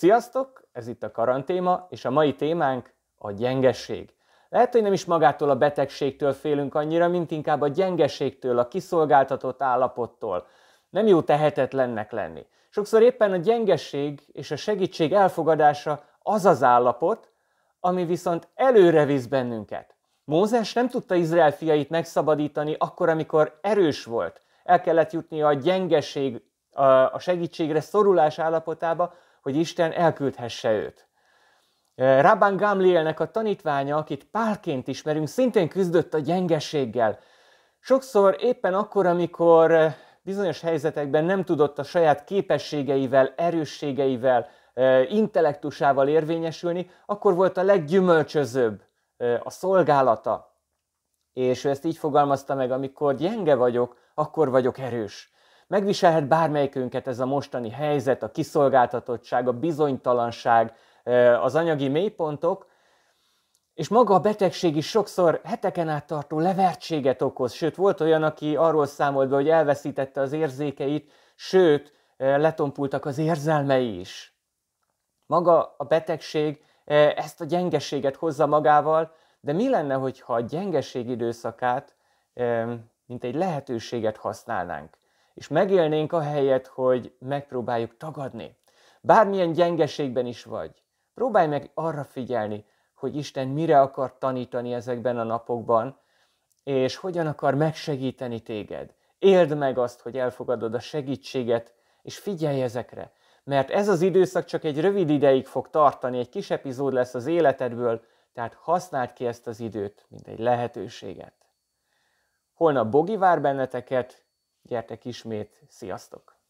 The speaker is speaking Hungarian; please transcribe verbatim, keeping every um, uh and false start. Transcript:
Sziasztok! Ez itt a Karantéma, és a mai témánk a gyengeség. Lehet, hogy nem is magától a betegségtől félünk annyira, mint inkább a gyengeségtől, a kiszolgáltatott állapottól. Nem jó tehetetlennek lenni. Sokszor éppen a gyengeség és a segítség elfogadása az az állapot, ami viszont előre visz bennünket. Mózes nem tudta Izrael fiait megszabadítani akkor, amikor erős volt. El kellett jutnia a gyengeség, a segítségre szorulás állapotába, hogy Isten elküldhesse őt. Rabban Gamlielnek a tanítványa, akit Pálként ismerünk, szintén küzdött a gyengeséggel. Sokszor éppen akkor, amikor bizonyos helyzetekben nem tudott a saját képességeivel, erősségeivel, intellektusával érvényesülni, akkor volt a leggyümölcsözőbb a szolgálata. És ő ezt így fogalmazta meg: amikor gyenge vagyok, akkor vagyok erős. Megviselhet bármelyikünket ez a mostani helyzet, a kiszolgáltatottság, a bizonytalanság, az anyagi mélypontok, és maga a betegség is sokszor heteken át tartó levertséget okoz. Sőt, volt olyan, aki arról számolt be, hogy elveszítette az érzékeit, sőt, letompultak az érzelmei is. Maga a betegség ezt a gyengeséget hozza magával, de mi lenne, hogyha a gyengeség időszakát mint egy lehetőséget használnánk, és megélnénk ahelyett, hogy megpróbáljuk tagadni. Bármilyen gyengeségben is vagy, próbálj meg arra figyelni, hogy Isten mire akar tanítani ezekben a napokban, és hogyan akar megsegíteni téged. Éld meg azt, hogy elfogadod a segítséget, és figyelj ezekre, mert ez az időszak csak egy rövid ideig fog tartani, egy kis epizód lesz az életedből, tehát használd ki ezt az időt, mint egy lehetőséget. Holnap Bogi vár benneteket, gyertek ismét, sziasztok!